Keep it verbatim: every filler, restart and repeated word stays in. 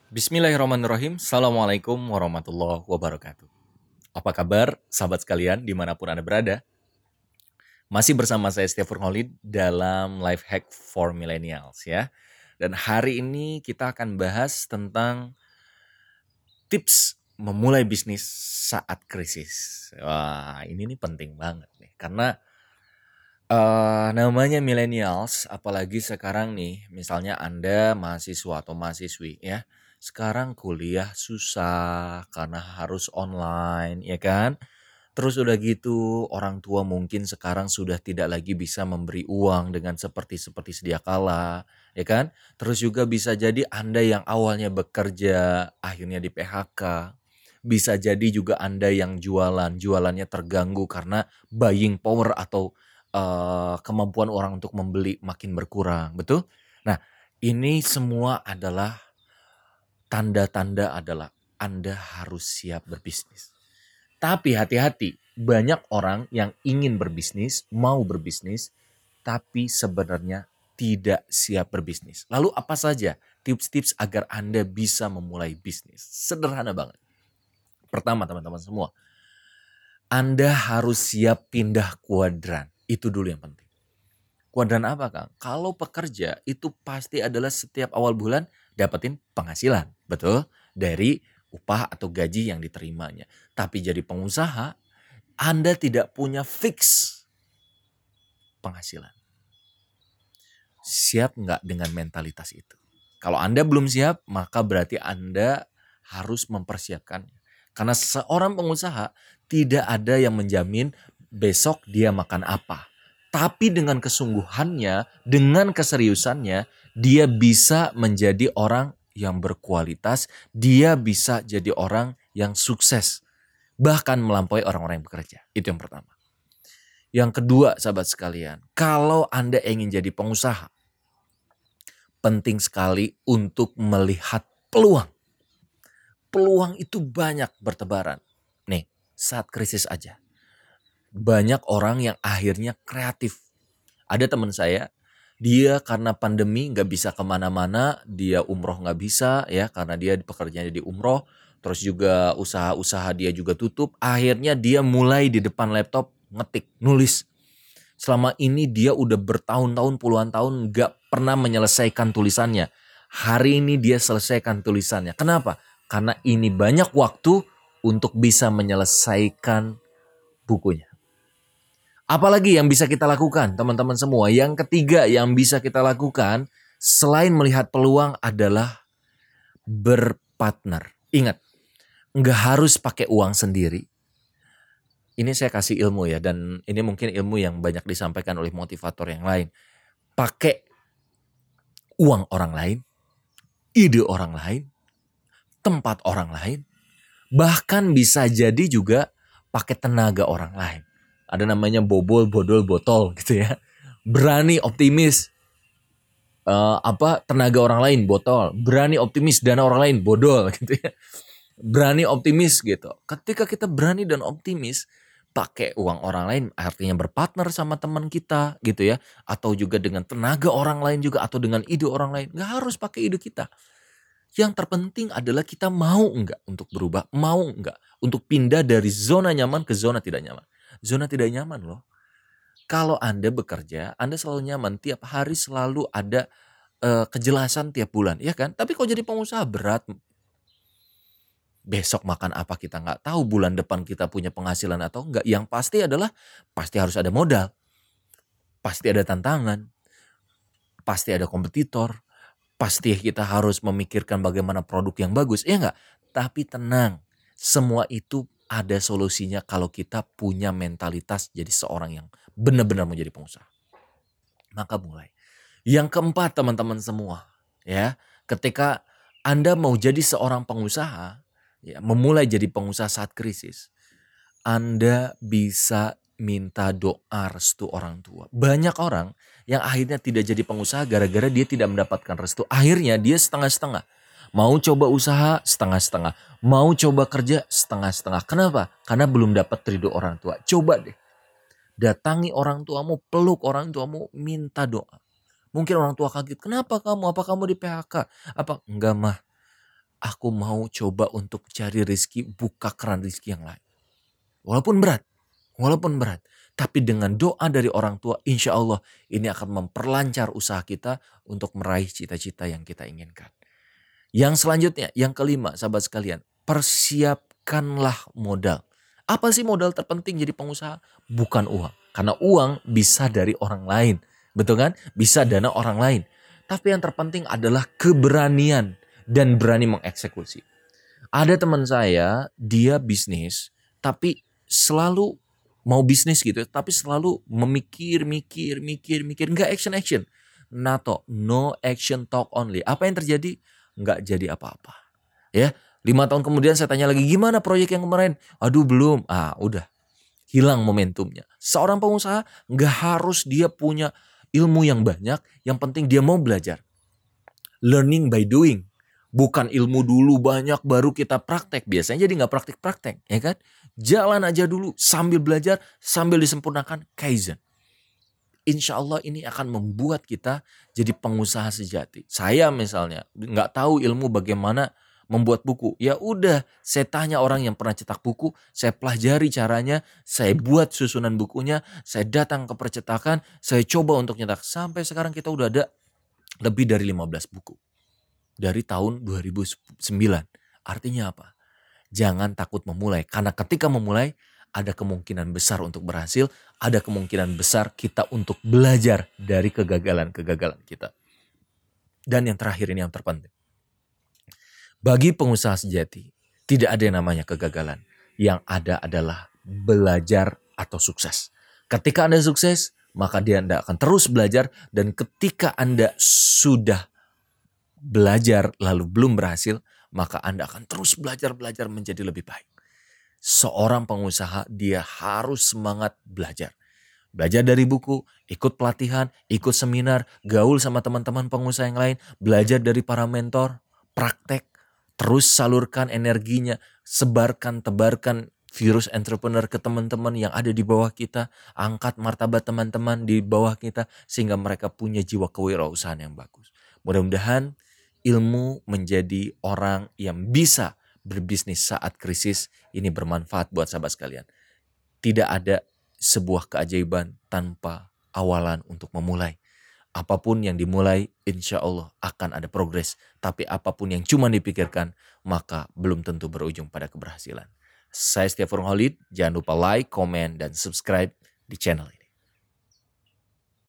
Bismillahirrahmanirrahim. Assalamualaikum warahmatullahi wabarakatuh. Apa kabar sahabat sekalian dimanapun Anda berada? Masih bersama saya Setia Furholid dalam Life Hack for Millennials ya. Dan hari ini kita akan bahas tentang tips memulai bisnis saat krisis. Wah, ini nih penting banget nih karena Uh, namanya millennials, apalagi sekarang nih, misalnya Anda mahasiswa atau mahasiswi ya, sekarang kuliah susah karena harus online, ya kan? Terus udah gitu, orang tua mungkin sekarang sudah tidak lagi bisa memberi uang dengan seperti seperti sedia kala, ya kan? Terus juga bisa jadi Anda yang awalnya bekerja, akhirnya di P H K. Bisa jadi juga Anda yang jualan, jualannya terganggu karena buying power atau uh, kemampuan orang untuk membeli makin berkurang, betul? Nah, ini semua adalah tanda-tanda adalah Anda harus siap berbisnis. Tapi hati-hati, banyak orang yang ingin berbisnis, mau berbisnis, tapi sebenarnya tidak siap berbisnis. Lalu apa saja tips-tips agar Anda bisa memulai bisnis? Sederhana banget. Pertama teman-teman semua, Anda harus siap pindah kuadran. Itu dulu yang penting. Kuadran apa Kang? Kalau pekerja itu pasti adalah setiap awal bulan dapetin penghasilan. Betul? Dari upah atau gaji yang diterimanya. Tapi jadi pengusaha, Anda tidak punya fix penghasilan. Siap nggak dengan mentalitas itu? Kalau Anda belum siap, maka berarti Anda harus mempersiapkannya. Karena seorang pengusaha tidak ada yang menjamin besok dia makan apa. Tapi dengan kesungguhannya, dengan keseriusannya, dia bisa menjadi orang yang berkualitas, dia bisa jadi orang yang sukses. Bahkan melampaui orang-orang yang bekerja. Itu yang pertama. Yang kedua, sahabat sekalian, kalau Anda ingin jadi pengusaha, penting sekali untuk melihat peluang. Peluang itu banyak bertebaran. Nih, saat krisis aja. Banyak orang yang akhirnya kreatif. Ada teman saya, dia karena pandemi gak bisa kemana-mana, dia umroh gak bisa ya karena dia pekerjaannya di umroh. Terus juga usaha-usaha dia juga tutup. Akhirnya dia mulai di depan laptop ngetik, nulis. Selama ini dia udah bertahun-tahun, puluhan tahun gak pernah menyelesaikan tulisannya. Hari ini dia selesaikan tulisannya. Kenapa? Karena ini banyak waktu untuk bisa menyelesaikan bukunya. Apalagi yang bisa kita lakukan teman-teman semua? Yang ketiga yang bisa kita lakukan selain melihat peluang adalah berpartner. Ingat, nggak harus pakai uang sendiri. Ini saya kasih ilmu ya, dan ini mungkin ilmu yang banyak disampaikan oleh motivator yang lain. Pakai uang orang lain, ide orang lain, tempat orang lain, bahkan bisa jadi juga pakai tenaga orang lain. Ada namanya bobol, bodol, botol gitu ya. Berani optimis, uh, apa tenaga orang lain botol. Berani optimis dana orang lain bodol gitu ya. Berani optimis gitu. Ketika kita berani dan optimis, pakai uang orang lain artinya berpartner sama teman kita gitu ya. Atau juga dengan tenaga orang lain juga atau dengan ide orang lain. Gak harus pakai ide kita. Yang terpenting adalah kita mau enggak untuk berubah, mau enggak untuk pindah dari zona nyaman ke zona tidak nyaman. Zona tidak nyaman loh. Kalau Anda bekerja, Anda selalu nyaman, tiap hari selalu ada uh, kejelasan tiap bulan, ya kan? Tapi kalau jadi pengusaha berat, besok makan apa kita nggak tahu, bulan depan kita punya penghasilan atau enggak. Yang pasti adalah pasti harus ada modal, pasti ada tantangan, pasti ada kompetitor, pasti kita harus memikirkan bagaimana produk yang bagus, ya enggak? Tapi tenang, semua itu ada solusinya kalau kita punya mentalitas jadi seorang yang benar-benar mau jadi pengusaha. Maka mulai. Yang keempat teman-teman semua, ya, ketika Anda mau jadi seorang pengusaha, ya, memulai jadi pengusaha saat krisis, Anda bisa minta doa restu orang tua. Banyak orang yang akhirnya tidak jadi pengusaha gara-gara dia tidak mendapatkan restu. Akhirnya dia setengah-setengah. Mau coba usaha setengah-setengah. Mau coba kerja setengah-setengah. Kenapa? Karena belum dapat ridho orang tua. Coba deh. Datangi orang tuamu, peluk orang tuamu, minta doa. Mungkin orang tua kaget. Kenapa kamu? Apa kamu di P H K? Apa? Enggak mah. aku mau coba untuk cari rezeki, buka keran rezeki yang lain. Walaupun berat, walaupun berat. Tapi dengan doa dari orang tua, insya Allah ini akan memperlancar usaha kita untuk meraih cita-cita yang kita inginkan. Yang selanjutnya, yang kelima, sahabat sekalian, persiapkanlah modal. Apa sih modal terpenting jadi pengusaha? Bukan uang. Karena uang bisa dari orang lain. Betul kan? Bisa dana orang lain. Tapi yang terpenting adalah keberanian dan berani mengeksekusi. Ada teman saya, dia bisnis, tapi selalu mau bisnis gitu, tapi selalu memikir, mikir, mikir, mikir, nggak action, action. Nato, no action talk only. Apa yang terjadi? Nggak jadi apa-apa. Ya, lima tahun kemudian saya tanya lagi, gimana proyek yang kemarin? Aduh belum. Ah, udah. Hilang momentumnya. Seorang pengusaha nggak harus dia punya ilmu yang banyak, yang penting dia mau belajar. Learning by doing. Bukan ilmu dulu banyak baru kita praktek. Biasanya jadi nggak praktek-praktek, ya kan? Jalan aja dulu sambil belajar, sambil disempurnakan kaizen. Insya Allah ini akan membuat kita jadi pengusaha sejati. Saya misalnya nggak tahu ilmu bagaimana membuat buku. Ya udah, saya tanya orang yang pernah cetak buku, saya pelajari caranya, saya buat susunan bukunya, saya datang ke percetakan, saya coba untuk nyetak. Sampai sekarang kita udah ada lebih dari lima belas buku. Dari tahun dua ribu sembilan. Artinya apa? Jangan takut memulai. Karena ketika memulai, ada kemungkinan besar untuk berhasil. Ada kemungkinan besar kita untuk belajar dari kegagalan-kegagalan kita. Dan yang terakhir ini yang terpenting. Bagi pengusaha sejati, tidak ada yang namanya kegagalan. Yang ada adalah belajar atau sukses. Ketika Anda sukses, maka dia Anda akan terus belajar. Dan ketika Anda sudah belajar lalu belum berhasil, maka Anda akan terus belajar-belajar menjadi lebih baik. Seorang pengusaha dia harus semangat belajar. Belajar dari buku, ikut pelatihan, ikut seminar, gaul sama teman-teman pengusaha yang lain, belajar dari para mentor, praktek, terus salurkan energinya, sebarkan, tebarkan virus entrepreneur ke teman-teman yang ada di bawah kita, angkat martabat teman-teman di bawah kita sehingga mereka punya jiwa kewirausahaan yang bagus. Mudah-mudahan ilmu menjadi orang yang bisa berbisnis saat krisis ini bermanfaat buat sahabat sekalian. Tidak ada sebuah keajaiban tanpa awalan untuk memulai. Apapun yang dimulai insya Allah akan ada progres. Tapi apapun yang cuma dipikirkan maka belum tentu berujung pada keberhasilan. Saya Stephen Khalid, jangan lupa like, komen, dan subscribe di channel ini.